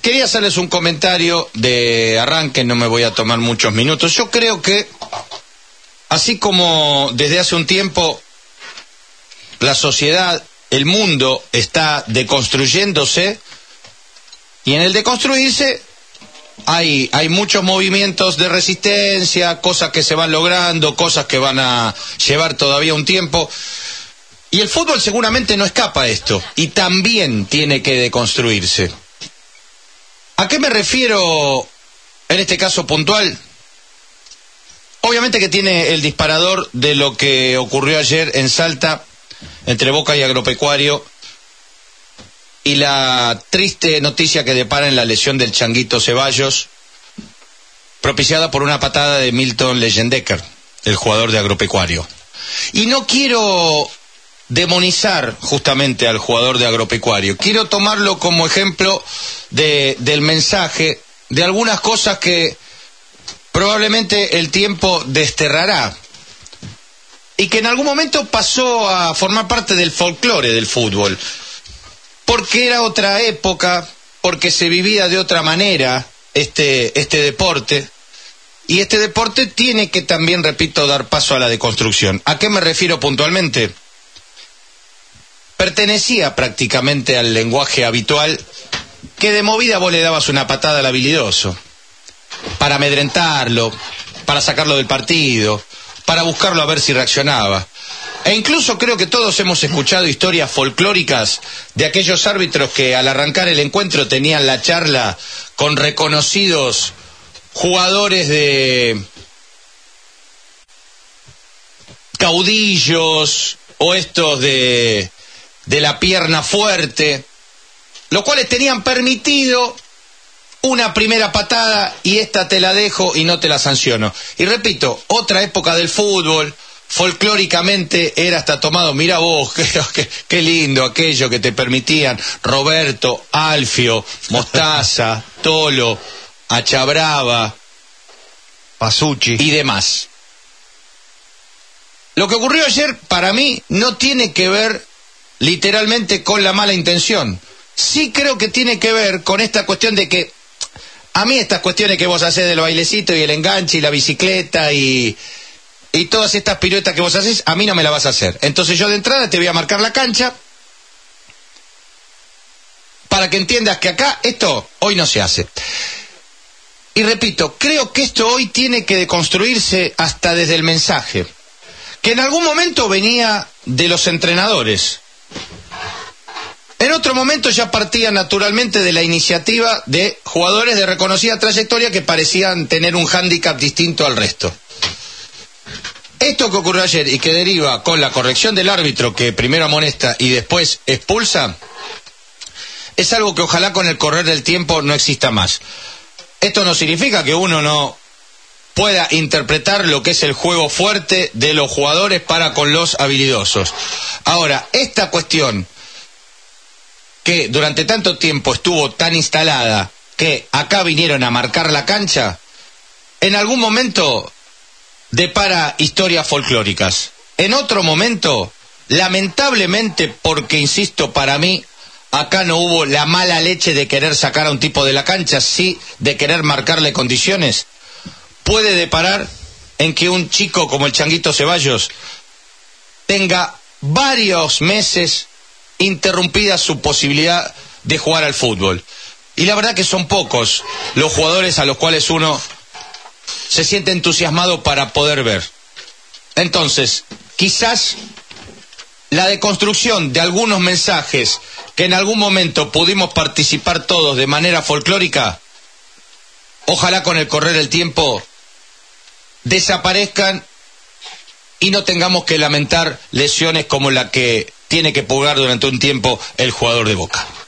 quería hacerles un comentario de arranque, no me voy a tomar muchos minutos. Yo creo que, así como desde hace un tiempo la sociedad, el mundo está deconstruyéndose, y en el deconstruirse hay muchos movimientos de resistencia, cosas que se van logrando, cosas que van a llevar todavía un tiempo. Y el fútbol seguramente no escapa a esto, y también tiene que deconstruirse. ¿A qué me refiero en este caso puntual? Obviamente que tiene el disparador de lo que ocurrió ayer en Salta, entre Boca y Agropecuario, y la triste noticia que depara en la lesión del Changuito Ceballos, propiciada por una patada de Milton Leyendecker, el jugador de Agropecuario. Y no quiero demonizar justamente al jugador de Agropecuario, quiero tomarlo como ejemplo del mensaje, de algunas cosas que probablemente el tiempo desterrará, y que en algún momento pasó a formar parte del folclore del fútbol, porque era otra época, porque se vivía de otra manera este deporte, y este deporte tiene que también, repito, dar paso a la deconstrucción. ¿A qué me refiero puntualmente? Pertenecía prácticamente al lenguaje habitual que de movida vos le dabas una patada al habilidoso, para amedrentarlo, para sacarlo del partido, para buscarlo a ver si reaccionaba. E incluso creo que todos hemos escuchado historias folclóricas de aquellos árbitros que al arrancar el encuentro tenían la charla con reconocidos jugadores de caudillos o estos de la pierna fuerte, los cuales tenían permitido una primera patada y esta te la dejo y no te la sanciono. Y repito, otra época del fútbol, folclóricamente era hasta tomado, mira vos, qué lindo aquello que te permitían Roberto, Alfio, Mostaza, Tolo, Achabrava, Pasucci y demás. Lo que ocurrió ayer, para mí, no tiene que ver literalmente con la mala intención. Sí creo que tiene que ver con esta cuestión de que a mí estas cuestiones que vos hacés del bailecito y el enganche y la bicicleta y todas estas piruetas que vos hacés, a mí no me la vas a hacer. Entonces yo de entrada te voy a marcar la cancha para que entiendas que acá esto hoy no se hace. Y repito, creo que esto hoy tiene que deconstruirse hasta desde el mensaje, que en algún momento venía de los entrenadores. En otro momento ya partía naturalmente de la iniciativa de jugadores de reconocida trayectoria que parecían tener un hándicap distinto al resto. Esto que ocurrió ayer y que deriva con la corrección del árbitro, que primero amonesta y después expulsa, es algo que ojalá con el correr del tiempo no exista más. Esto no significa que uno no pueda interpretar lo que es el juego fuerte de los jugadores para con los habilidosos. Ahora, esta cuestión que durante tanto tiempo estuvo tan instalada que acá vinieron a marcar la cancha, en algún momento depara historias folclóricas. En otro momento, lamentablemente, porque insisto, para mí, acá no hubo la mala leche de querer sacar a un tipo de la cancha, sí de querer marcarle condiciones, puede deparar en que un chico como el Changuito Ceballos tenga varios meses interrumpida su posibilidad de jugar al fútbol. Y la verdad que son pocos los jugadores a los cuales uno se siente entusiasmado para poder ver. Entonces, quizás la deconstrucción de algunos mensajes que en algún momento pudimos participar todos de manera folclórica, ojalá con el correr del tiempo desaparezcan y no tengamos que lamentar lesiones como la que tiene que purgar durante un tiempo el jugador de Boca.